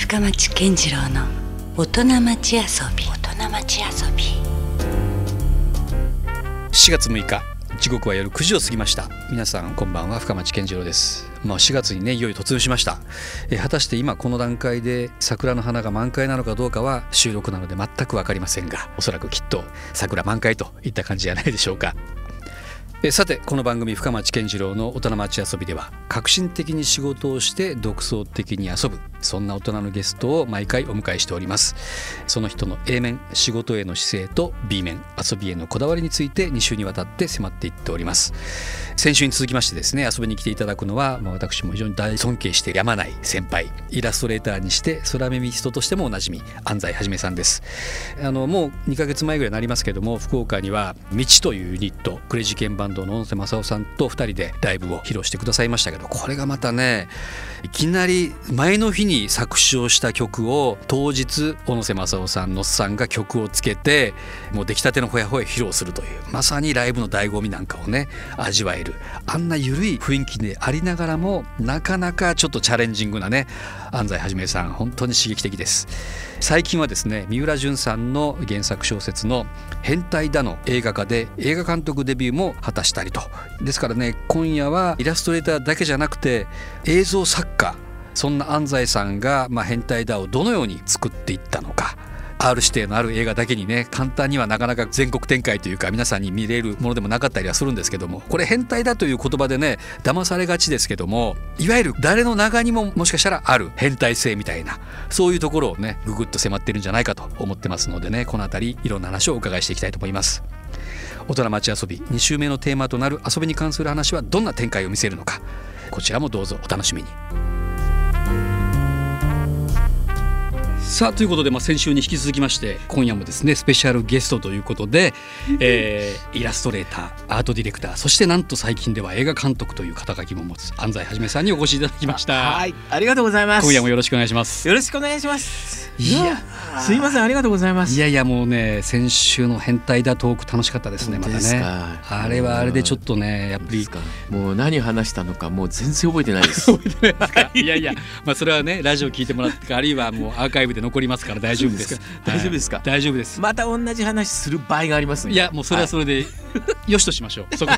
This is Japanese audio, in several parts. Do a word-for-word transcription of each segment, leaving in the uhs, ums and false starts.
深町健次郎の大人町遊び。大人町遊び。 しがつむいか、時刻は夜くじを過ぎました。皆さんこんばんは、深町健次郎です。まあ、しがつにね、いよいよ突入しました。え果たして今この段階で桜の花が満開なのかどうかは収録なので全く分かりませんが、おそらくきっと桜満開といった感じじゃないでしょうか。えさて、この番組深町健次郎の大人町遊びでは、革新的に仕事をして独創的に遊ぶ、そんな大人のゲストを毎回お迎えしております。その人の A 面、仕事への姿勢と B 面、遊びへのこだわりについてに週にわたって迫っていっております。先週に続きましてですね、遊びに来ていただくのは、まあ、私も非常に大尊敬してやまない先輩、イラストレーターにして空耳人としてもおなじみ、安西はじめさんです。あのもうにかげつまえぐらいになりますけども、福岡には道というユニット、クレイジーケンバンドの小野瀬正夫さんとふたりでライブを披露してくださいましたけど、これがまたね、いきなり前の日に作詞をした曲を当日小野瀬正夫さんのっさんが曲をつけて、もう出来たてのほやほや披露するという、まさにライブの醍醐味なんかをね味わえる、あんな緩い雰囲気でありながらもなかなかちょっとチャレンジングなね安西はじめさん、本当に刺激的です。最近はですね、三浦淳さんの原作小説の変態だの映画化で映画監督デビューも果たしたりと、ですからね、今夜はイラストレーターだけじゃなくて映像作家、そんな安西さんが、まあ、変態だをどのように作っていったのか、 アール 指定のある映画だけにね、簡単にはなかなか全国展開というか皆さんに見れるものでもなかったりはするんですけども、これ変態だという言葉でね騙されがちですけども、いわゆる誰の中にももしかしたらある変態性みたいな、そういうところをねぐぐっと迫ってるんじゃないかと思ってますのでね、このあたりいろんな話をお伺いしていきたいと思います。大人町遊びに週目のテーマとなる遊びに関する話はどんな展開を見せるのか、こちらもどうぞお楽しみに。さあ、ということで、まあ、先週に引き続きまして今夜もですねスペシャルゲストということで、えー、イラストレーター、アートディレクター、そしてなんと最近では映画監督という肩書きも持つ安西はじめさんにお越しいただきました。 はい、ありがとうございます。 今夜もよろしくお願いします。 よろしくお願いします。 いや、 すいません、ありがとうございます。 いやいや、もうね、先週の変態だトーク楽しかったですね。またね、あれはあれでちょっとね、やっぱりもう何話したのかもう全然覚えてないです覚えてないですかいやいや、まあ、それはねラジオ聞いてもらってか、あるいはもうアーカイブで残りますから大丈夫です。 大丈夫ですか、 はい、大丈夫です。 また同じ話する場合がありますね。 いや、もうそれはそれで、はい、よしとしましょうそこ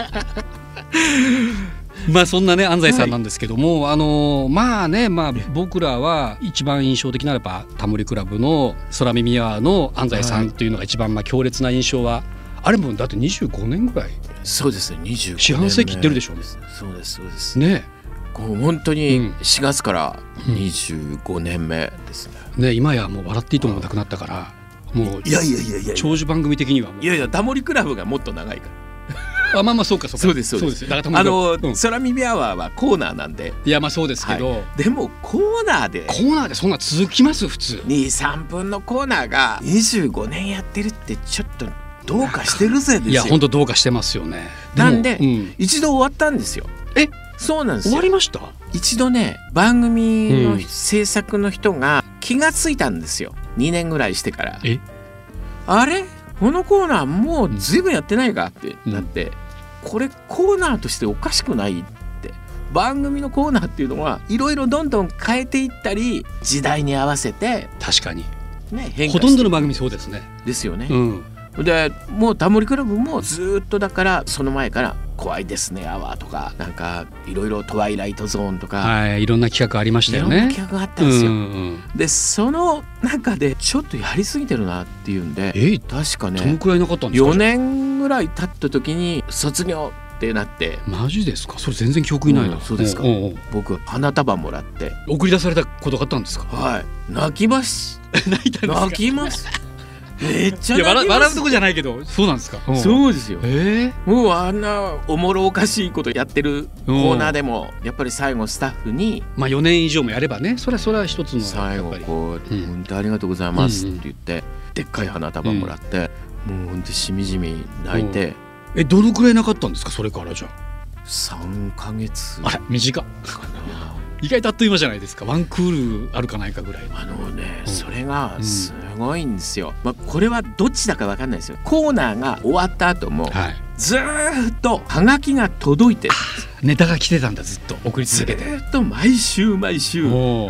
まあそんなね安西さんなんですけども、はい、あのまあね、まあ、僕らは一番印象的なのはやっぱタモリクラブの空耳アワーの安西さんというのが一番まあ強烈な印象は、はい、あれもだってにじゅうごねんぐらい。 そうですね、にじゅうごねん四半世紀いってるでしょうね。 そうですそうですね、 こう本当にしがつからにじゅうごねんめですね、 うん、ね、今やもう笑っていいともなくなったから、もういやいやいやいや長寿番組的にはもう、 いやいや、タモリクラブがもっと長いからあ、まあまあそうかそうか、 そうですそうです。 だからあの、 うん、 空耳アワーはコーナーなんで。 いや、まあそうですけど、はい、 でもコーナーでコーナーでそんな続きます普通。 に、さんぷんのコーナーがにじゅうごねんやってるってちょっとどうかしてるぜですよ。 いや本当どうかしてますよね。 なんで、 うん、 一度終わったんですよ。 え、 そうなんですよ。 終わりました。 一度ね、番組の制作の人が気がついたんですよ、にねんぐらいしてから。 え、 あれ、このコーナーもうずいぶんやってないかってなって、うん、これコーナーとしておかしくないって。番組のコーナーっていうのはいろいろどんどん変えていったり、時代に合わせて、 確かに、 ね、変化してほとんどの番組そうですね。 ですよね、 うん、 でもうタモリクラブもずっとだから、その前から怖いですねアワーとか、なんかいろいろトワイライトゾーンとか、 はい、いろんな企画ありましたよね。 いろんな企画があったんですよ、 うんうん、でその中でちょっとやりすぎてるなっていうんで、 え確かね、 どのくらいなかったんですか。 よねんぐらい経った時に卒業ってなって。 マジですか。それ全然記憶にないな、 うん、そうですか。 おうおう、 僕花束もらって送り出されたことがあったんですか。 はい、泣きます泣いたんですか。 泣きますめっちゃ泣きます。 いや、笑, 笑うとこじゃないけど、そうなんですか。 そうですよ、 えー、 もうあんなおもろおかしいことやってるコーナーでもやっぱり最後スタッフに、 まあよねん以上もやればね、それはそれは一つの最後こう、うん、本当ありがとうございますって言って、うんうん、でっかい花束もらって、うん、もう本当しみじみ泣いて、 うん、え、どのくらいなかったんですかそれから。じゃあさんかげつあら、短っかな意外とあっという間じゃないですか。ワンクールあるかないかぐらい。 あのね、うん、それがすごいんですよ、まあ、これはどっちだか分かんないですよ。コーナーが終わった後も、はい、ずーっとハガキが届いてるんです。 ネタが来てたんだ。ずっと送り続けて、 ずっと毎週毎週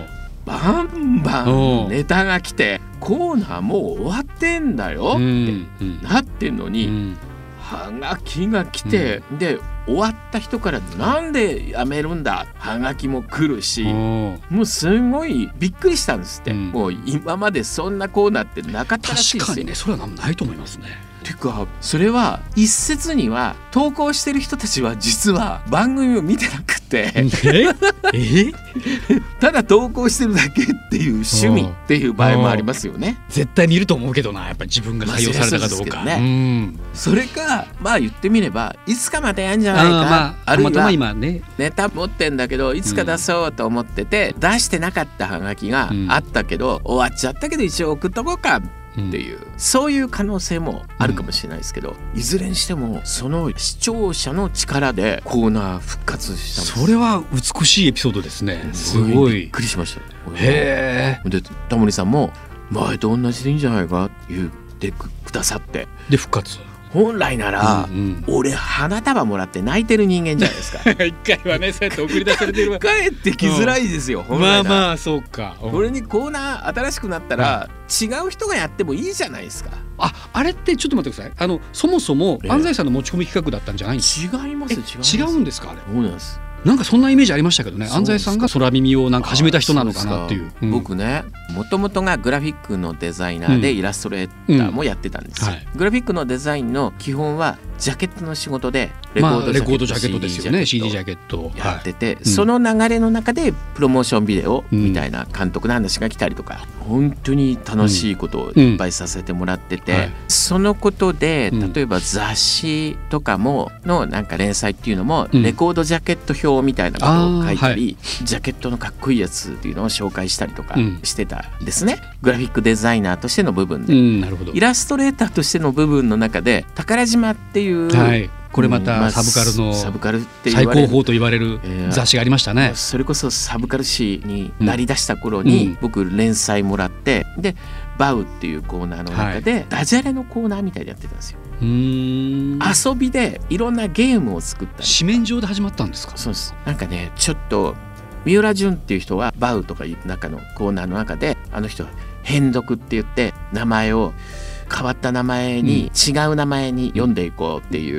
バンバンネタが来てコーナーもう終わってんだよってなってんのに、うんうん、はがきが来て、うん、で終わった人からなんでやめるんだはがきも来るし、もうすごいびっくりしたんですって、うん、もう今までそんなコーナーってなかったらしいですよ。 確かにね、それはないと思いますね。 てかそれは一説には投稿してる人たちは実は番組を見てなくてええただ投稿してるだけっていう趣味っていう場合もありますよね。 絶対にいると思うけどな、やっぱり自分が採用されたかどうか、まあ、ね、うん、 それかまあ言ってみればいつかまたやんじゃないか、あ、 まあ、 あるいは今ねネタ持ってんだけどいつか出そうと思ってて、うん、出してなかったハガキがあったけど、うん、終わっちゃったけど一応送っとこうかっていう、うん、そういう可能性もあるかもしれないですけど、うん、いずれにしてもその視聴者の力でコーナー復活したんです。 それは美しいエピソードですね。すごいびっくりしました。 へえ。でタモリさんも前と同じでいいんじゃないかって言ってくださって、 で復活。 本来なら、うんうん、俺花束もらって泣いてる人間じゃないですか一回はねそうやって送り出されてる帰ってきづらいですよ、うん、 まあまあそうか。 俺にコーナー新しくなったら、うん、違う人がやってもいいじゃないですか。 あ、あれってちょっと待ってください、あのそもそも安西さんの持ち込み企画だったんじゃないんですか。違います違います。違うんですか。あれそうなんです。 なんかそんなイメージありましたけどね。安西さんが空耳をなんか始めた人なのかなっていう。 うん、僕ねもともとがグラフィックのデザイナーでイラストレーターもやってたんですよ、うんうん、はい、グラフィックのデザインの基本はジャケットの仕事でレコードジャケット、まあ、レコードジャケットですよね。 シーディー ジャケットやってて、はい、その流れの中でプロモーションビデオみたいな監督の話が来たりとか、うん、本当に楽しいことをいっぱいさせてもらってて、うんはい、そのことで例えば雑誌とかものなんか連載っていうのもレコードジャケット表みたいなことを書いたり、はい、ジャケットのかっこいいやつっていうのを紹介したりとかしてたんですね、うん、グラフィックデザイナーとしての部分で、うん、なるほど。イラストレーターとしての部分の中で宝島っていう、はい、 これまたサブカルの最高峰と言われる雑誌がありましたね、えー、 それこそサブカル誌になりだした頃に、うん、僕連載もらってでバウっていうコーナーの中で、はい、ダジャレのコーナーみたいでやってたんですよ。うーん、遊びでいろんなゲームを作ったり。 紙面上で始まったんですか。 そうです。なんかねちょっと三浦淳っていう人はバウとかいう中のコーナーの中であの人は変読って言って名前を変わった名前に、うん、違う名前に読んでいこうっていう、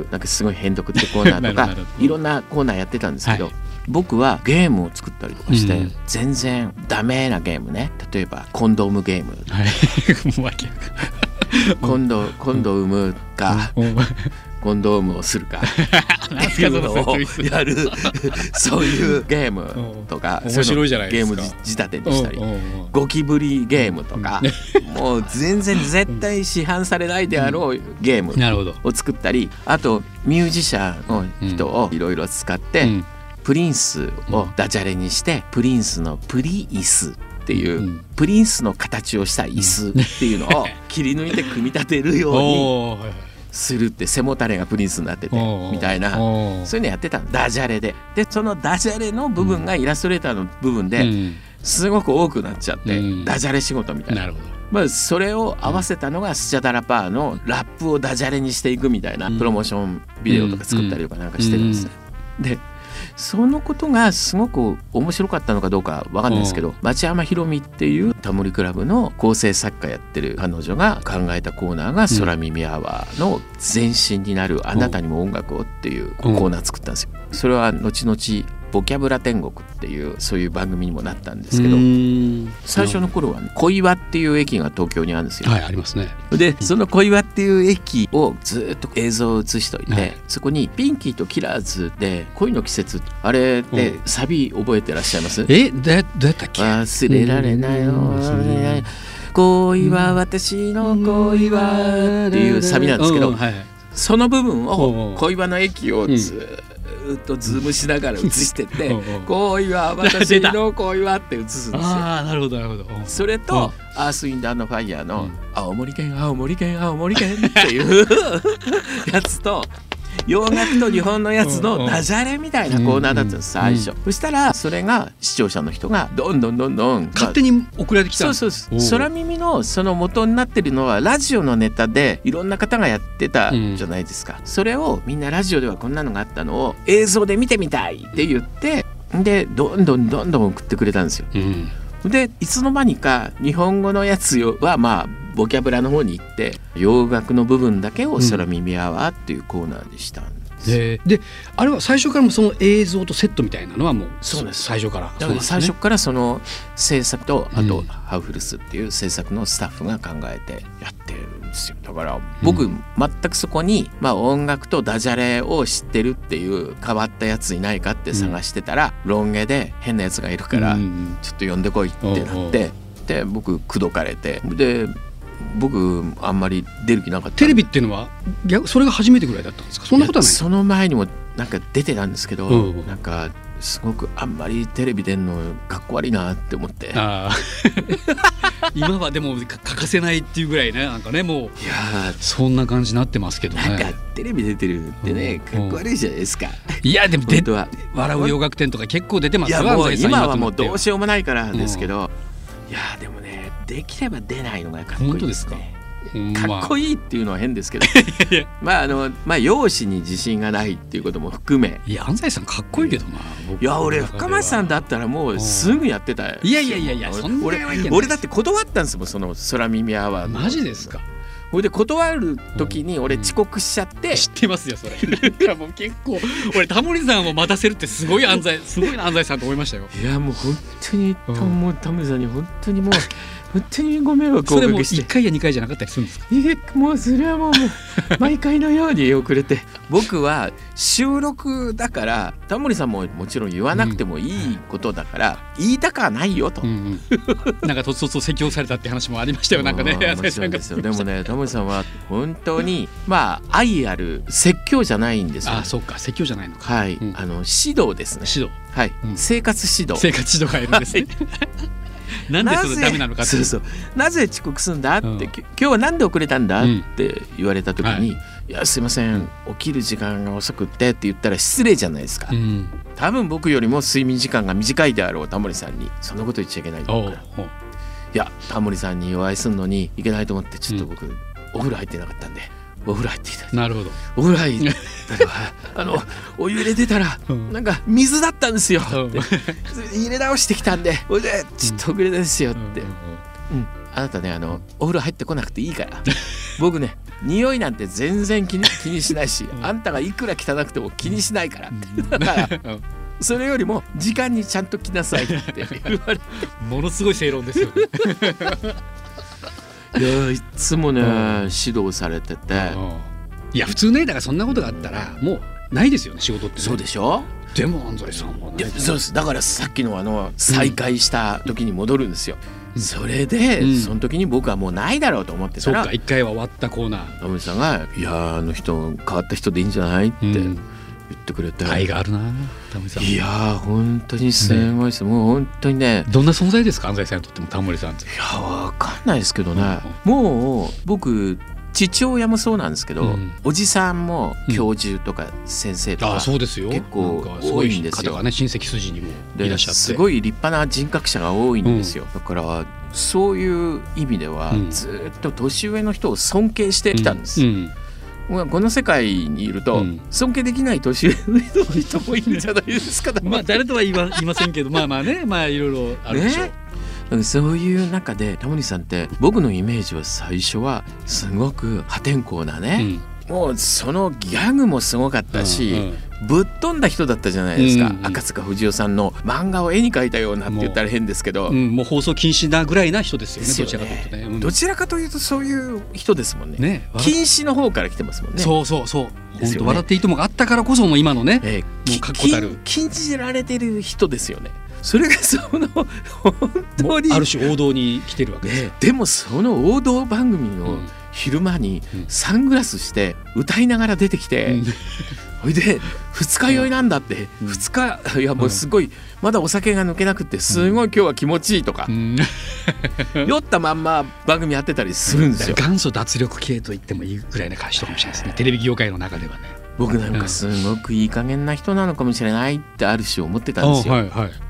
なんかすごい変読ってコーナーとかいろんなコーナーやってたんですけど、はい、僕はゲームを作ったりとかして、うん、全然ダメなゲームね、例えばコンドームゲーム、はい、コンドコンドームか、うん、コンドームをするかっていうのをやるそういうゲームとか面白いじゃないですか。 ゲーム仕立てにしたりゴキブリゲームとかもう全然絶対市販されないであろうゲームを作ったり、あとミュージシャンの人をいろいろ使ってプリンスをダジャレにしてプリンスのプリ椅子っていうプリンスの形をした椅子っていうのを切り抜いて組み立てるようにするって、背もたれがプリンスになっててみたいな、そういうのやってたのダジャレで。でそのダジャレの部分がイラストレーターの部分ですごく多くなっちゃって、うん、ダジャレ仕事みたいな。なるほど。まあ、それを合わせたのがスチャダラパーのラップをダジャレにしていくみたいなプロモーションビデオとか作ったりとかなんかしてるんですよ。でそのことがすごく面白かったのかどうかわかんないですけど、町山ひろみっていうタモリクラブの構成作家やってる彼女が考えたコーナーが空耳アワーの前身になるあなたにも音楽をっていうコーナー作ったんですよ。それは後々ボキャブラ天国っていうそういう番組にもなったんですけど、最初の頃は、ね、小岩っていう駅が東京にあるんですよ。 はい、ありますね。 でその小岩っていう駅をずっと映像を映しといて、はい、そこにピンキーとキラーズで恋の季節あれでサビ覚えてらっしゃいます？ えどうやったっけ？ 忘れられないよ恋は私の恋はっていうサビなんですけど、その部分を小岩の駅をずっとズームしながら映してって恋は私の恋はって映すんですよ。 ああなるほどなるほど。 それとアースウィンド&ファイヤーの青森県青森県青森県っていうやつと洋楽と日本のやつのダジャレみたいなコーナーだったんです最初。そしたらそれが視聴者の人がどんどんどんどん勝手に送られてきたんです。 そうそうです。空耳のその元になってるのはラジオのネタでいろんな方がやってたじゃないですか、うん、それをみんなラジオではこんなのがあったのを映像で見てみたいって言ってでどんどんどんどん送ってくれたんですよ、うん、 でいつの間にか日本語のやつはまあボキャブラの方に行って洋楽の部分だけを空耳アワーっていうコーナーにしたんです、 うん、であれは最初からもその映像とセットみたいなのはもうそうです最初からだから最初からその制作とあとハウフルスっていう制作のスタッフが考えてやってるんですよ。だから僕全くそこにまあ音楽とダジャレを知ってるっていう変わったやついないかって探してたら、うん、ロン毛で変なやつがいるからちょっと呼んでこいってなって、で僕口説かれて、で僕あんまり出る気なかった。 テレビっていうのはそれが初めてぐらいだったんですか？そんなことはない。 その前にもなんか出てたんですけど、うん、なんかすごくあんまりテレビ出んのかっこ悪いなって思って。あ今はでも欠かせないっていうぐらいね、なんかねもういやそんな感じになってますけどね。 なんかテレビ出てるってね、かっこ悪いじゃないですか。 いやでもで笑う洋楽店とか結構出てますよ。 いやもう今はもうどうしようもないからですけど、いやでもねできれば出ないのがかっこいいですね。かっこいいっていうのは変ですけどまああのまあ容姿に自信がないっていうことも含め、 いや安西さんかっこいいけどな。 いや俺深町さんだったらもうすぐやってたよ。 いやいやいやいやそんな俺俺だって断ったんですもん、その空耳アワー。 マジですか？ それで断る時に俺遅刻しちゃって、うん、 知ってますよそれ。なんかもう結構俺タモリさんを待たせるってすごい安西すごいな安西さんと思いましたよ。 いやもう本当にもうタモリさんに本当にもう本当にご迷惑をおかけして。それもいっかいやにかいじゃなかったりするんですか？ いえもうそれはもう毎回のように遅れて僕は収録だからタモリさんももちろん言わなくてもいいことだから、うん、言いたくはないよと、うんうん、なんかとつとつ説教されたって話もありましたよ。なんかねもちろんですよ。でもねタモリさんは本当にまあ愛ある説教じゃないんですよ。 あそうか説教じゃないのか。 はい、うん、あの指導ですね。 指導、 はい、うん、生活指導生活指導がいるんですね。なんでそれダメなのかって。 そうそうなぜ遅刻するんだって、うん、今日はなんで遅れたんだって言われた時に、うんはい、いやすいません起きる時間が遅くってって言ったら失礼じゃないですか、うん、多分僕よりも睡眠時間が短いであろうタモリさんにそんなこと言っちゃいけないんだから、いやタモリさんにお会いするのにいけないと思ってちょっと僕、うん、お風呂入ってなかったんでお風呂入っていただいて。 なるほど。 お風呂入ったらあのお湯入れてたら、うん、なんか水だったんですよって、うん、入れ直してきたんでおでちょっと遅れですよって、うんうんうん、あなたねあのお風呂入ってこなくていいから僕ね匂いなんて全然気に、気にしないし、うん、あんたがいくら汚くても気にしないからって、うん、だからそれよりも時間にちゃんと来なさいって言われてものすごい正論ですよね。 いやいつもね、うん、指導されてて、うん、 いや普通ねだからそんなことがあったらもうないですよね仕事って、ね、 そうでしょ。 でも安西さんはね。 そうです。だからさっきのあの再会した時に戻るんですよ、うん、それで、うん、その時に僕はもうないだろうと思ってたら、 そうか一回は終わったコーナータモリさんがいやあの人変わった人でいいんじゃないって、うん言ってくれて。 愛があるなタモリさん。 いやー本当にすごいです、ね、もう本当にね。 どんな存在ですか安西さんにとってもタモリさんって。いやわかんないですけどね、うん、もう僕父親もそうなんですけど、うん、おじさんも教授とか先生とか、うん、あそうですよ結構多いんですよ。 方がね親戚筋にもいらっしゃってすごい立派な人格者が多いんですよ、うん、だからそういう意味ではずっと年上の人を尊敬してきたんです、うんうんこの世界にいると尊敬できない年上の人もいるんじゃないですか。 まあ誰とは言いませんけどまあまあねまあいろいろあるでしょう、 ね、そういう中でタモリさんって僕のイメージは最初はすごく破天荒なね、うん、もうそのギャグもすごかったし、うんうんぶっ飛んだ人だったじゃないですか、うんうん、赤塚不二夫さんの漫画を絵に描いたようなって言ったら変ですけどもう,、うん、もう放送禁止なぐらいな人ですよね。どちらかというとね、うん、 どちらかというとそういう人ですもん ね, ね禁止の方から来てますもんね。 そうそうそう本当笑っていいともがあったからこそも今のね、えー、もう確固たる禁じられてる人ですよね。それがその本当にある種王道に来てるわけですよ、 ね、でもその王道番組の昼間にサングラスして歌いながら出てきて、うんそれで二日酔いなんだって、うん、二日いやもうすごいまだお酒が抜けなくてすごい今日は気持ちいいとか、うん、酔ったまんま番組やってたりするんですよ。 元祖脱力系と言ってもいいぐらいな人かもしれないですねテレビ業界の中ではね。 僕なんかすごくいい加減な人なのかもしれないってある種思ってたんですよ、 はいはい、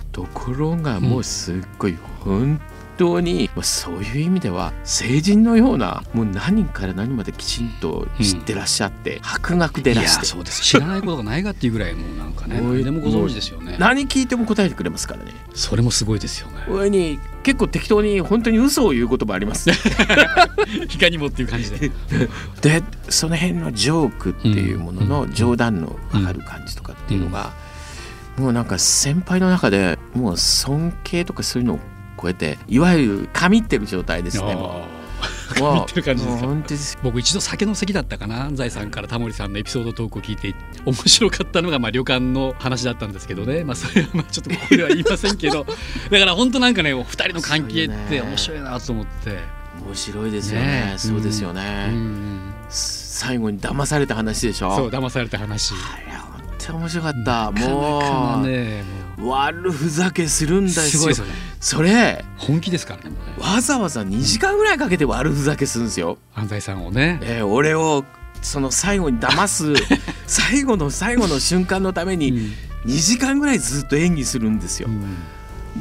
ところがもうすっごい本当に、うん、そういう意味では成人のようなもう何から何まできちんと知ってらっしゃって、うん、博学でらして、 いやそうです、知らないことがないかっていうぐらいもうなんかね何でもご存知ですよね。 何聞いても答えてくれますからね。 それもすごいですよね。 上に結構適当に本当に嘘を言うこともありますいかにもっていう感じででその辺のジョークっていうものの冗談の上がる感じとかっていうのが、もうなんか先輩の中でもう尊敬とかそういうのを超えて、いわゆる神ってる状態ですね。もう神ってる感じですか。 本当です。 僕一度酒の席だったかな、安西さんからタモリさんのエピソードトークを聞いて面白かったのがまあ旅館の話だったんですけどね、まあ、それはまあちょっとここでは言いませんけどだから本当なんかねふたりの関係って面白いなと思って。 面白いですよね。ね、そうですよね、うんうん、最後に騙された話でしょ。 そう騙された話、 あれ本当に面白かった。もうなかなかね悪ふざけするんですよ。 すごいですよね。 それ本気ですからね。 わざわざにじかんぐらいかけて悪ふざけするんですよ、 安西さんをね、 えー、俺をその最後に騙す最後の最後の瞬間のためににじかんぐらいずっと演技するんですよ、うん、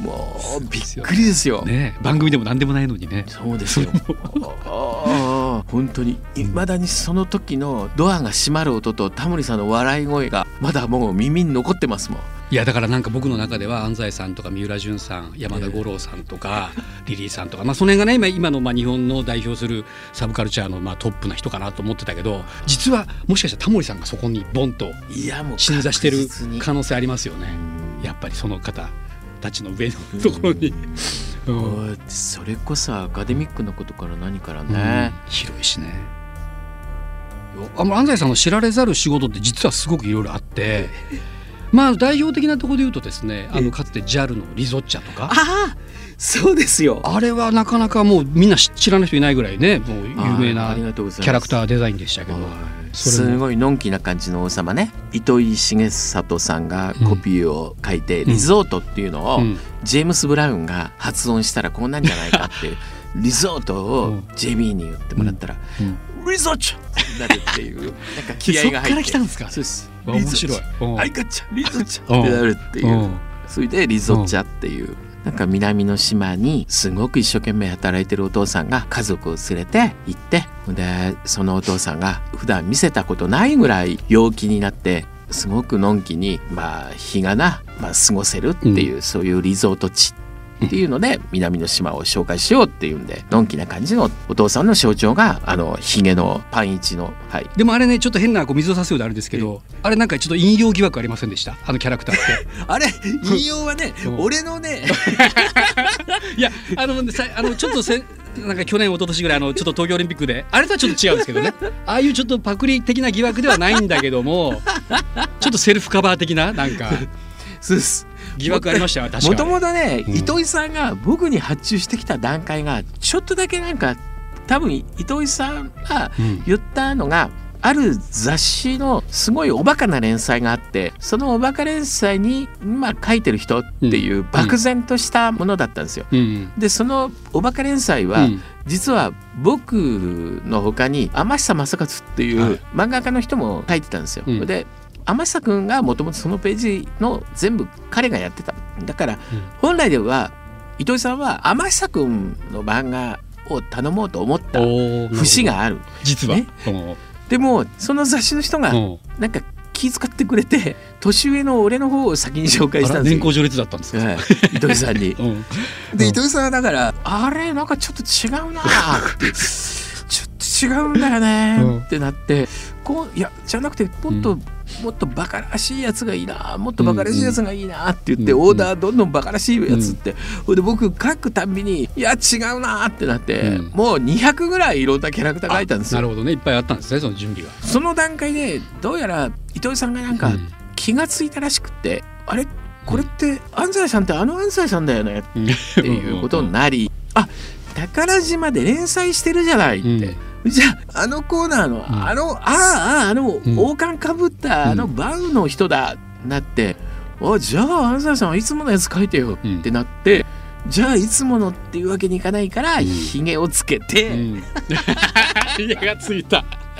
もうびっくりですよ、 ね、番組でも何でもないのにね。 そうですよあ本当にいまだにその時のドアが閉まる音とタモリさんの笑い声がまだもう耳に残ってますもん。 いやだからなんか僕の中では安西さんとか三浦淳さん、山田五郎さんとか、えー、リリーさんとか、まあ、その辺がね 今, 今のまあ日本の代表するサブカルチャーのまあトップな人かなと思ってたけど、実はもしかしたらタモリさんがそこにボンと鎮座してる可能性ありますよね。やっぱりその方たちの上のところに、うん、 それこそアカデミックなことから何からね、 うん、広いしね。あ安西さんの知られざる仕事って実はすごくいろいろあってまあ代表的なところで言うとですね、あのかつて ジャル のリゾッチャとか、 ああそうですよ。 あれはなかなかもうみんな知らない人いないぐらいね、もう有名なキャラクターデザインでしたけど、 すごいのんきな感じの王様ね。糸井重里さんがコピーを書いて、うん、リゾートっていうのを、うん、ジェームス・ブラウンが発音したらこんなんじゃないかっていうリゾートを ジェイビー に言ってもらったら、うんうん、リゾッチャになるっていうなんか気合が入って、そっから来たんですか。 そうです。 面白い。 アイカッチャリゾッチャってなるっていう、それでリゾッチャっていうなんか南の島にすごく一生懸命働いてるお父さんが家族を連れて行って、でそのお父さんが普段見せたことないぐらい陽気になってすごくのんきにまあ日がな、まあ、過ごせるっていう、うん、そういうリゾート地っていうので、うん、南の島を紹介しようっていうんでのんきな感じのお父さんの象徴があのヒゲのパンイチの、はい、 でもあれねちょっと変なこう水を差すようであれですけど、あれなんかちょっと引用疑惑ありませんでした？あのキャラクターってあれ引用はね俺のねいやあのさあのちょっとせなんか去年一昨年ぐらいあのちょっと東京オリンピックであれとはちょっと違うんですけどねああいうちょっとパクリ的な疑惑ではないんだけどもちょっとセルフカバー的ななんかそうです疑惑ありましたよ。確かにもともとね、うん、糸井さんが僕に発注してきた段階がちょっとだけなんか多分糸井さんが言ったのが、うん、ある雑誌のすごいおバカな連載があって、そのおバカ連載に今書いてる人っていう漠然としたものだったんですよ、うんうん、でそのおバカ連載は、うん、実は僕の他に天久正和っていう漫画家の人も書いてたんですよ、うん、で天久くんがもともとそのページの全部彼がやってた。だから本来では糸井さんは天久くんの漫画を頼もうと思った節がある実は、ね、 でもその雑誌の人がなんか気遣ってくれて年上の俺の方を先に紹介したんですよ。 年功序列だったんですか、はい、 糸井さんに、うん、で糸井さんはだからあれなんかちょっと違うなってちょっと違うんだよねってなって、こういやじゃなくてもっと、うんもっとバカらしいやつがいいな、もっとバカらしいやつがいいなって言って、うんうん、オーダーどんどんバカらしいやつって、うん、で僕書くたんびにいや違うなってなって、うん、もうにひゃくぐらいいろんなキャラクター書いたんですよ。 なるほどね、いっぱいあったんですね、その準備が。 その段階でどうやら糸井さんがなんか気がついたらしくって、うん、あれこれって安西さんってあの安西さんだよねっていうことになりあ宝島で連載してるじゃないって、うんじゃああのコーナーの、うん、あのあああの王冠かぶったあのバウの人だなって、うん、じゃあ安西さんはいつものやつ書いてよってなって、うん、じゃあいつものっていうわけにいかないから、うん、ひげをつけて、 ひげ、うん、がついた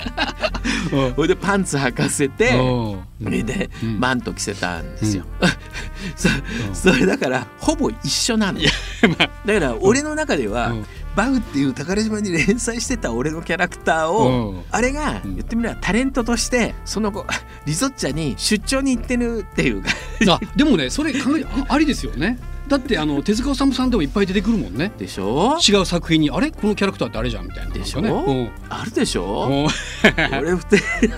ほいでパンツ履かせて、 うん、 で、 うん、 マント着せたんですよ、 うん、 そ, それだからほぼ一緒なの。だから俺の中では、うん、バウっていう宝島に連載してた俺のキャラクターを、うん、あれが言ってみればタレントとしてその後リゾッチャに出張に行ってるっていうかあでもねそれ考えありですよね。だってあの手塚治虫さんでもいっぱい出てくるもんね。 でしょ。 違う作品にあれこのキャラクターってあれじゃんみたいな、ね、 でしょ、うん、あるでしょ俺ふて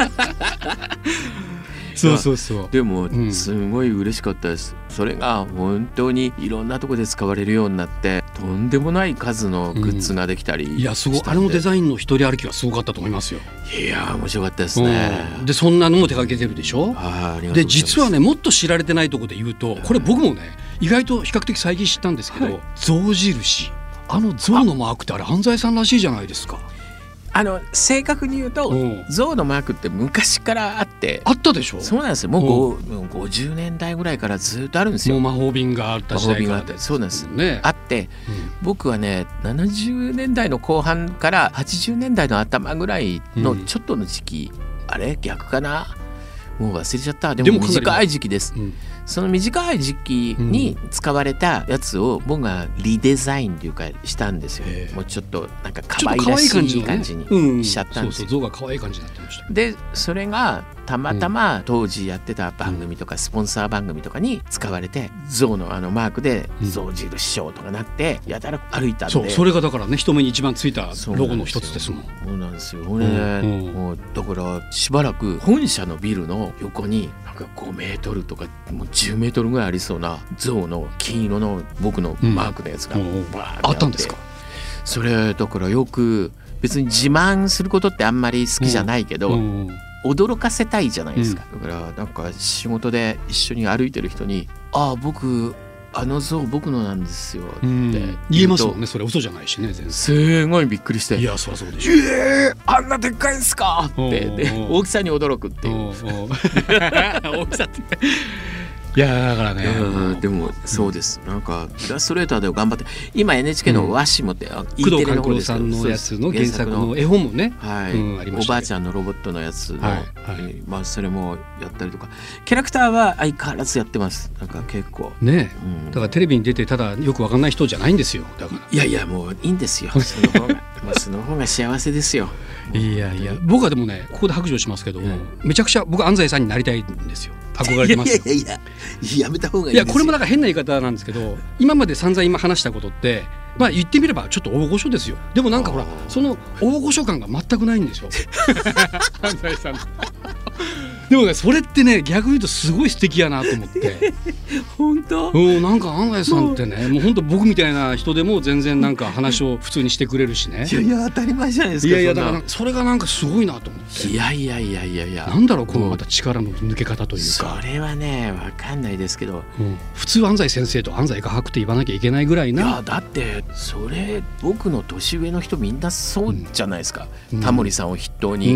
そうそうそう。 でもすごい嬉しかったです、うん、それが本当にいろんなとこで使われるようになってとんでもない数のグッズができたり、うん、 いやすごいあれのデザインの一人歩きはすごかったと思いますよ。 いや面白かったですね、 うん、でそんなのも手掛けてるでしょ。 あありがとうございます。 で実はねもっと知られてないところで言うとこれ僕もね意外と比較的最近知ったんですけど、はい、象印あの象のマークってあれ安西さんらしいじゃないですか。 あの正確に言うと象のマークって昔からあってあったでしょ。 そうなんですよ。もうごじゅうねんだいぐらいからずっとあるんですよ。 もう魔法瓶があった時代から。 そうなんです、ね、あって、うん、僕はねななじゅうねんだいの後半からはちじゅうねんだいの頭ぐらいのちょっとの時期、うん、あれ逆かなもう忘れちゃった。でも短い時期です、うん、その短い時期に使われたやつを僕がリデザインというかしたんですよ。もうちょっとなんか可愛らしい感じにしちゃったんですよ。 そうそう象が可愛い感じになってました。 でそれがたまたま当時やってた番組とかスポンサー番組とかに使われて象のあのマークで象印師匠とかなってやたら歩いたんで、 そうそれがだからね人目に一番ついたロゴの一つですもん。 そうなんですよ。俺、うんうん、もうだからしばらく本社のビルの横になんかごメートルとかもうじゅうメートルぐらいありそうな象の金色の僕のマークのやつがバーってあって、 あったんですか。 それだからよく別に自慢することってあんまり好きじゃないけど、うんうん、驚かせたいじゃないですか、うん、だからなんか仕事で一緒に歩いてる人にああ僕あの像僕のなんですよって、うん、 言えますもんね。それ嘘じゃないしね全然。 すごいびっくりして、 いやそりゃそうでしょ。 えー、あんなでっかいんすかってで大きさに驚くっていう大きさっていやだからね、 うん、でもそうです、なんかイラストレーターで頑張って今 エヌエイチケー の和紙もって、うん、 工藤官九郎さんのやつの原作の絵本もね、 はい、うん、ありました。おばあちゃんのロボットのやつの、はいはい、まあ、それもやったりとかキャラクターは相変わらずやってます。なんか結構ね、 うん、だからテレビに出てただよくわかんない人じゃないんですよ。だからいやいやもういいんですよその方がまあその方が幸せですよ。 いやいや僕はでもねここで白状しますけども、うん、めちゃくちゃ僕安西さんになりたいんですよ。憧れてますよ。 いやいやいややめた方がいいですよ。 いやこれもなんか変な言い方なんですけど今まで散々今話したことってまあ言ってみればちょっと大御所ですよ。でもなんかほらその大御所感が全くないんですよ安西さんでもねそれってね逆に言うとすごい素敵やなと思って本当、 うん、なんか安西さんってねもう本当僕みたいな人でも全然なんか話を普通にしてくれるしねいやいや当たり前じゃないですか。 いやいやだからそれがなんかすごいなと思って。 いやいやいやいやいやなんだろうこのまた力の抜け方というか。 それはね分かんないですけど、 うん、普通安西先生と安西画伯って言わなきゃいけないぐらいな。 いやだってそれ僕の年上の人みんなそうじゃないですか、うん、タモリさんを筆頭に、うん、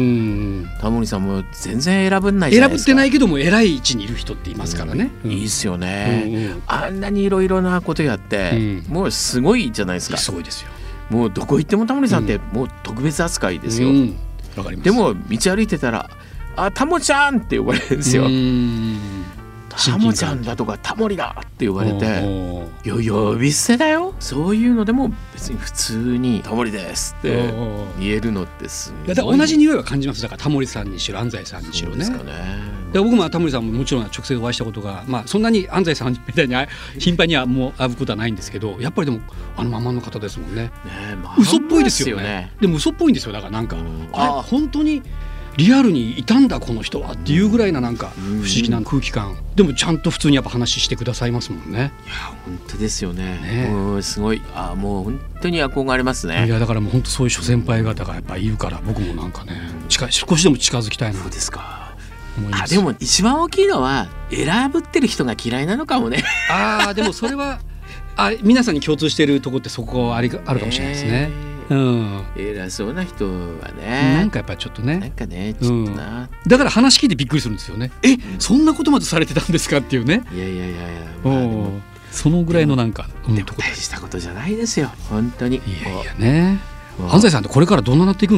タモリさんも全然選ぶんないじゃないですか。 選ぶってないけども偉い位置にいる人っていますからね、 うん、いいっすよね、うんうん、あんなにいろいろなことやって、うん、もうすごいじゃないですか。 すごいですよ。 もうどこ行ってもタモリさんってもう特別扱いですよ、うん、 わかります。 でも道歩いてたらあタモちゃんって呼ばれるんですよ。タモちゃんだとかタモリだって呼ばれていや呼び捨てだよ。そういうのでも別に普通にタモリですって言えるのってすごい。 だから同じ匂いは感じます。だからタモリさんにしろ安西さんにしろね。 そうですかね。 で僕もタモリさんももちろん直接お会いしたことが、まあ、そんなに安西さんみたいに頻繁にはもう会うことはないんですけどやっぱりでもあのままの方ですもんね。ねえ、まあ、嘘っぽいですよね。でも嘘っぽいんですよ。だからなんか、うん、あれ本当にリアルにいたんだこの人はっていうぐらいななんか不思議な空気感、うん、でもちゃんと普通にやっぱ話してくださいますもんね。 いや本当ですよ ね, ねもうすごいあもう本当に憧れますね。 いやだからもう本当そういう諸先輩方がやっぱいるから僕もなんかね近い少しでも近づきたいな。 そうですか。あでも一番大きいのは選ぶってる人が嫌いなのかもね。 あでもそれはあ皆さんに共通しているところってそこありあるかもしれないですね。うん、 偉そうな人はねなんかやっぱりちょっとねなんかねちょっとな、うん、 だから話聞いてびっくりするんですよね。えそんなことまでされてたんですかっていうね。 いやいやいやいや、まあ、でもそのぐらいのなんかでも、うん、でも大したことじゃないですよ本当に。いやいやね安西さんってこれからどんななっていくんですか。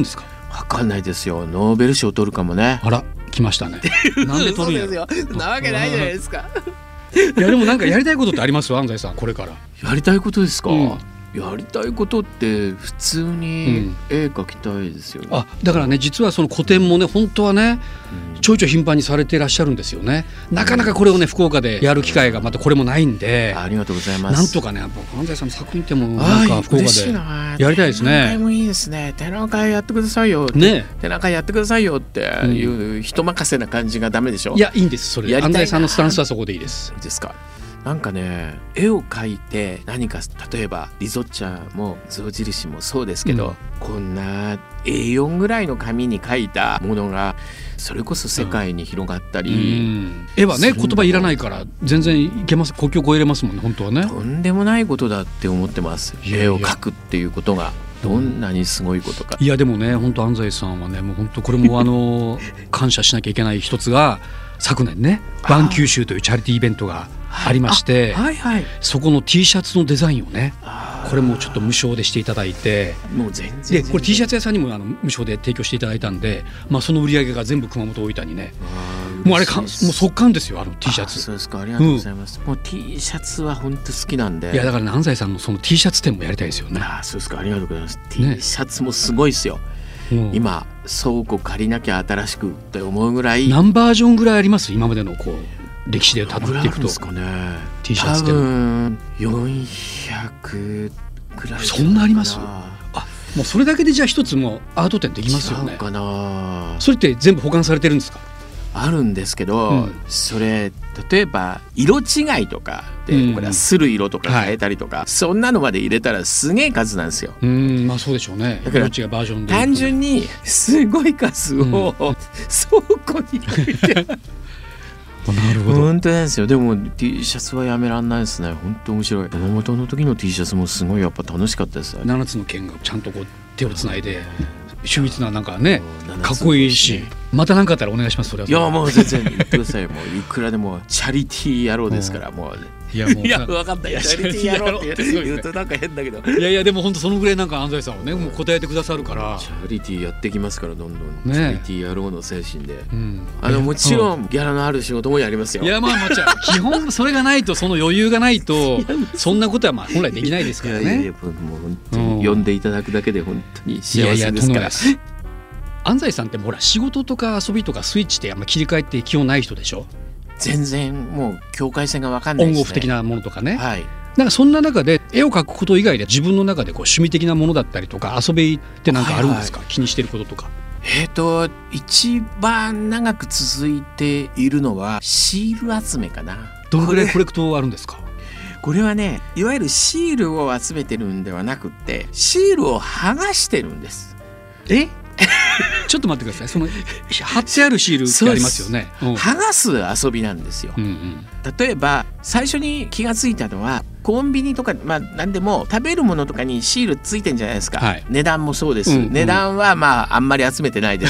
分かんないですよ。ノーベル賞取るかもね。 あら来ましたね。なんで取るんやろ。 そうですよ。なわけないじゃないですか。 いやでもなんかやりたいことってあります安西さんこれから。 やりたいことですか、 うん、 やりたいことって普通に絵描きたいですよね、 うん、あだからね実はその個展もね本当はね、うん、ちょいちょい頻繁にされていらっしゃるんですよね。なかなかこれをね福岡でやる機会がまたこれもないんで、 ありがとうございます。 なんとかね安西さんの作品ってもなんか福岡でやりたいですね。 展覧会もいいですね。展覧会やってくださいよ、ね、展覧会やってくださいよっていう人任せな感じがダメでしょ、うん、 いやいいんですそれ。安西さんのスタンスはそこでいいです。 いいですか。なんかね絵を描いて何か例えばリゾッチャも象印もそうですけど、うん、こんな エーよん ぐらいの紙に描いたものがそれこそ世界に広がったり、うんうん、絵はね言葉いらないから全然いけます。国境越えれますもんね本当はね。 とんでもないことだって思ってます。絵を描くっていうことがどんなにすごいことか。 いやでもね本当安西さんはねもう本当これもあの感謝しなきゃいけない一つが昨年ねバン九州というチャリティーイベントがありまして、はいはいはい、そこの T シャツのデザインをねこれもちょっと無償でしていただいて、 もう全然でこれ T シャツ屋さんにもあの無償で提供していただいたんで、まあ、その売り上げが全部熊本大分にねもうあれかもう速乾ですよあの T シャツ。 そうですかありがとうございます、うん、もう T シャツは本当好きなんで。 いやだから、ね、安西さんのその T シャツ店もやりたいですよね。 あそうですかありがとうございます、ね、T シャツもすごいですよ、うん、今倉庫借りなきゃ新しくって思うぐらい。 何バージョンぐらいあります今までのこう歴史でたどっていくと。 ですかね、 T シャツって多分よんひゃくぐらい。 そんなあります？あもうそれだけでじゃあ一つもアート展できますよね。 違うかな。 それって全部保管されてるんですか？ あるんですけど、うん、それ例えば色違いとかで、うん、これはする色とか変えたりとか、はい、そんなのまで入れたらすげえ数なんですよ。 うんまあそうでしょうね。 だから色違いバージョンで単純にすごい数を、うん、倉庫に置いてなるほど本当なんですよ。でも T シャツはやめらんないですね。本当面白い。熊本の時の T シャツもすごいやっぱ楽しかったです。 ななつの剣がちゃんとこう手をつないで秀逸ななんかねかっこいいし、また何かあったらお願いします。それはそれ。 いやもう全然言ってください。もういくらでもチャリティー野郎ですからもう。いやもういや分かんないチャリティー野郎って言うとなんか変だけどいやいやでも本当そのぐらいなんか安西さんはねもう答えてくださるからチャリティーやってきますからどんどん、ね、チャリティー野郎の精神で、うん、あのもちろんギャラのある仕事もやりますよ。 いやまあまあじゃあ基本それがないとその余裕がないとそんなことはまあ本来できないですからね。いやいやもう本当に呼んでいただくだけで本当に幸せですから。いやいや安西さんってほら仕事とか遊びとかスイッチってあんま切り替えって基本ない人でしょ。 全然もう境界線が分かんないですね。 オンオフ的なものとかね、 はい、 なんかそんな中で絵を描くこと以外で自分の中でこう趣味的なものだったりとか遊びって何かあるんですか、はいはい、気にしてることとか。 えーと一番長く続いているのはシール集めかな。 どのぐらいコレクトあるんですか？ これはねいわゆるシールを集めてるんではなくってシールを剥がしてるんです。 えちょっと待ってください。その貼ってあるシールってありますよね。 剥がす遊びなんですよ、うんうん、例えば最初に気がついたのはコンビニとか、まあ、何でも食べるものとかにシールついてんじゃないですか、はい、値段もそうです、うんうん、値段はまああんまり集めてないです、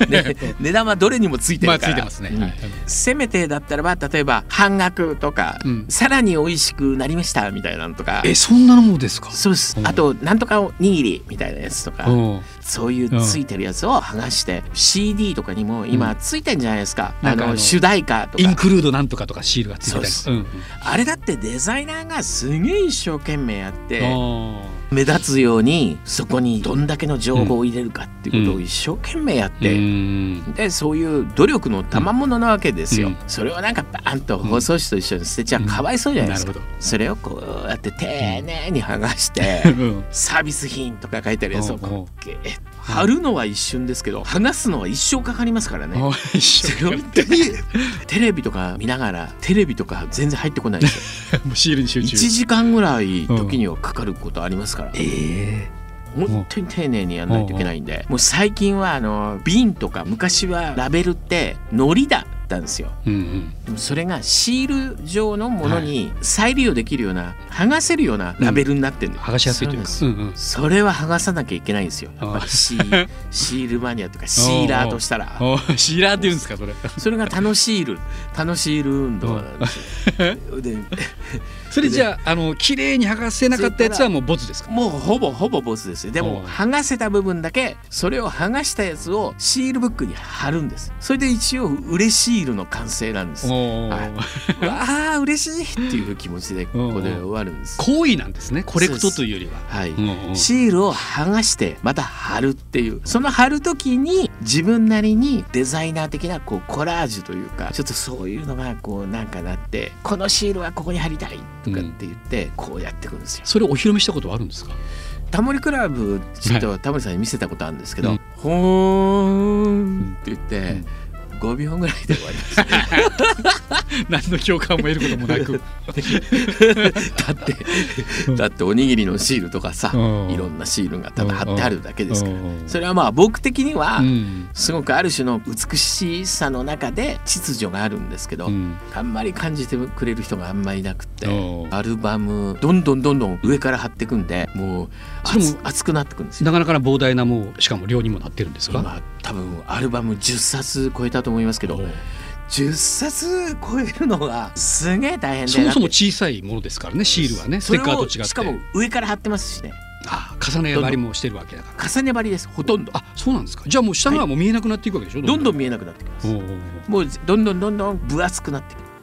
ね、値段はどれにもついてるから、まあ、ついてますね、うんはい、せめてだったらば例えば半額とか、うん、さらに美味しくなりましたみたいなのとか。 えそんなのもですか？ そうです。あとなんとかおにぎりみたいなやつとかそういうついてるやつを剥がして シーディー とかにも今ついてんじゃないですか、うん、あの主題歌とかインクルードなんとかとかシールがついてたり、 そうです、うん、あれだってデザイナーがすげえ一生懸命やって目立つようにそこにどんだけの情報を入れるかっていうことを一生懸命やって、うん、でそういう努力の賜物なわけですよ、うん、それをなんかバーンと包装紙と一緒に捨てちゃかわいそうじゃないですか、うん、それをこうやって丁寧に剥がして、うん、サービス品とか書いてあるやつをこうゲッ貼るのは一瞬ですけど剥がすのは一生かかりますからね。テレビとか見ながらテレビとか全然入ってこないですよ。 もうシールに集中。 いちじかんぐらい時にはかかることありますから、うん、えー、本当に丁寧にやらないといけないんで、もう最近はあの瓶とか昔はラベルって糊だったんですよ、うんうん、それがシール状のものに再利用できるような、はい、剥がせるようなラベルになってるんです、 うん、剥がしやすいというか、 そ, うんうん、それは剥がさなきゃいけないんですよやっぱり シ, シールマニアとかシーラーとしたらおうおうシーラーって言うんですかそれ。 それが楽しール楽しール運動なんですよでそれじゃあ、あの綺麗に剥がせなかったやつはもうボツですか？ もうほぼほぼボツですよ。でも剥がせた部分だけ、それを剥がしたやつをシールブックに貼るんです。それで一応嬉しいシールの完成なんです。はい、わあ嬉しいっていう気持ちでここで終わるんです。 行為なんですね、コレクトというよりは。 はい、シールを剥がしてまた貼るっていう、その貼る時に自分なりにデザイナー的なこうコラージュというか、ちょっとそういうのがこうなんかなって、このシールはここに貼りたいとかって言ってこうやっていくんですよ。 それをお披露目したことはあるんですか？ タモリクラブちょっとタモリさんに見せたことあるんですけど、はい、ほーんって言って、うんごびょうぐらいで終わりました何の共感も得ることもなくだってだっておにぎりのシールとかさ、いろんなシールがただ貼ってあるだけですから、それはまあ僕的にはすごくある種の美しさの中で秩序があるんですけど、あんまり感じてくれる人があんまりいなくて、アルバムどんどんどんどん上から貼っていくんで、もう熱, 熱くなってくるんですよ。 なかなか膨大なもうしかも量にもなってるんですか？ 今多分アルバムじゅっさつ超えたと思いますけど、じゅっさつ超えるのがすげえ大変で、 そもそも小さいものですからね、シールはね、ステッカーと違って。 しかも上から貼ってますしね。 ああ、重ね張りもしてるわけだから。 重ね張りです、ほとんど。 あ、そうなんですか。じゃあもう下のはもう見えなくなっていくわけでしょ、はい、 どんどん見えなくなってきます。もうどんどんどんどん分厚くなってきます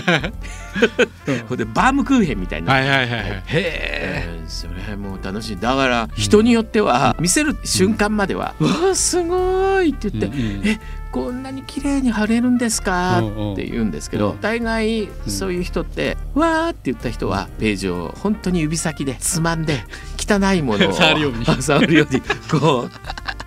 でバームクーヘンみたいな、 はいはいはいはい、へえー、それもう楽しい。だから人によっては見せる瞬間までは、うん、わあすごいって言って、うんうん、えこんなに綺麗に貼れるんですかって言うんですけど、大概そういう人って、うん、わーって言った人はページを本当に指先でつまんで汚いものを触るように触るようにこう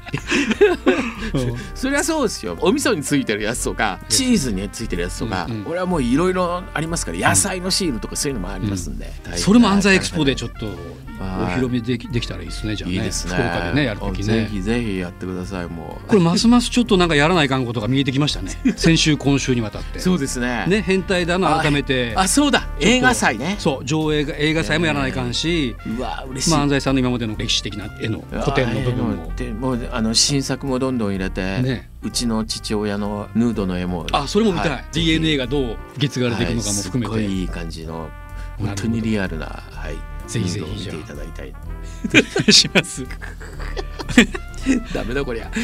そりゃそうですよ。お味噌についてるやつとかチーズについてるやつとか、うんうん、これはもういろいろありますから、野菜のシールとかそういうのもありますんで、 うんうん、それも安西エクスポでちょっとお披露目で き, できたらいいですね。じゃあね、いいですね、福岡でねやるときね、 ぜひぜひやってください。もうこれますますちょっとなんかやらないかんことが見えてきましたね先週今週にわたってそうですね。 ね、変態だの改めて、 ああそうだ、映画祭ね。 そう、上映映画祭もやらないかんし、 えー、うわ嬉しい。 まあ、安西さんの今までの歴史的な絵の古典の部分もでもうあの新作もどんどん入れて、ね、うちの父親のヌードの絵も、 あそれも見たい、はい、ディーエヌエー がどう月が出ていくのかも含めて、 はい、すっごいいい感じの本当にリアルな、はい、 ぜひぜひ見ていただきたいお願いしますダメだこりゃ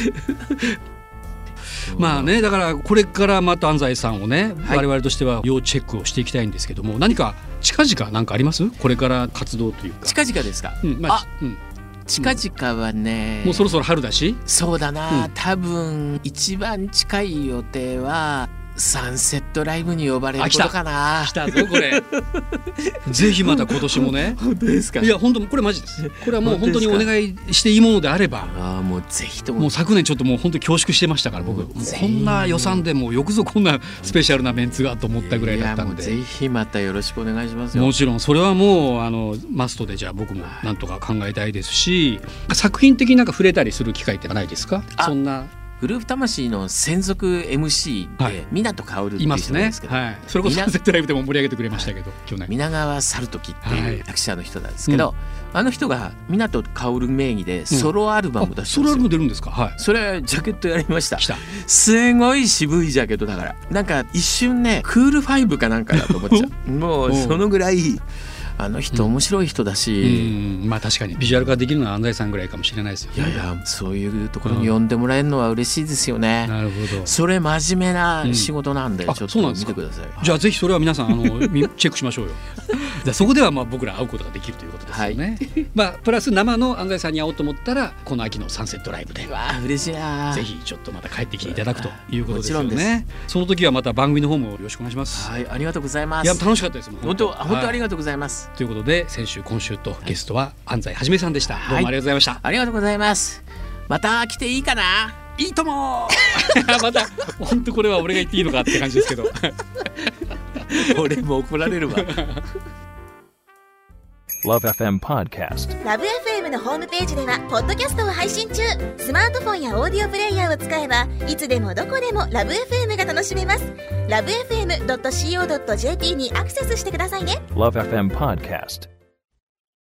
まあね、だからこれからまた安西さんをね、はい、我々としては要チェックをしていきたいんですけども、何か近々何かあります？これから活動というか。 近々ですか？ うん、まあ、あ、うん、 近々はね、 もうそろそろ春だし、 そうだな、うん、多分一番近い予定はサンセットライブに呼ばれることかな。 来たぞこれぜひまた今年もね本当ですか？ いや本当これマジです。これはもう本当にお願いしていいものであれば、 あもうぜひとも。 もう昨年ちょっともう本当に恐縮してましたから、僕もうこんな予算でもよくぞこんなスペシャルなメンツがと思ったぐらいだったんで、 いやもうぜひまたよろしくお願いしますよ。 もちろんそれはもうあのマストで、じゃあ僕もなんとか考えたいですし、作品的になんか触れたりする機会ってないですか？そんなグループ魂の専属 エムシーで湊かおるっていう人なんですけど、 いますね、はい、それこそサンセットライブでも盛り上げてくれましたけど、去年皆川猿時っていう役者の人なんですけど、はい、うん、あの人が湊かおる名義でソロアルバム出したんですよ、うん、ソロアルバム出るんですか？はい、それジャケットやりました。 来た、 すごい渋いジャケットだから、なんか一瞬ねクールファイブかなんかだと思っちゃうもうそのぐらいあの人面白い人だし、 うんうん、まあ確かにビジュアル化できるのは安西さんぐらいかもしれないですよね。 いやいや、そういうところに呼んでもらえるのは嬉しいですよね、 うん、なるほど。 それ真面目な仕事なんで、うん、ちょっと見てください。 じゃあぜひそれは皆さんあのチェックしましょうよじゃあそこではまあ僕ら会うことができるということですよね、はい、まあプラス生の安西さんに会おうと思ったらこの秋のサンセットライブで、 うわ嬉しいな、 ぜひちょっとまた帰ってきていただくということですよね。その時はまた番組の方もよろしくお願いします。 はい、ありがとうございます。 いや楽しかったです。 本当本当ありがとうございます、 はい、ということで先週今週とゲストは安西はじめさんでした、はい、どうもありがとうございました、はい、 ありがとうございます。また来ていいかな？ いいともまた本当これは俺が言っていいのかって感じですけど俺も怒られるわ Love エフエム Podcast。 ラブ エフエム のホームページではポッドキャストを配信中。スマートフォンやオーディオプレイヤーを使えばいつでもどこでもラブ エフエム が楽しめます。ラブ エフエムドットシーオードットジェーピー にアクセスしてくださいね。 Love エフエム Podcast。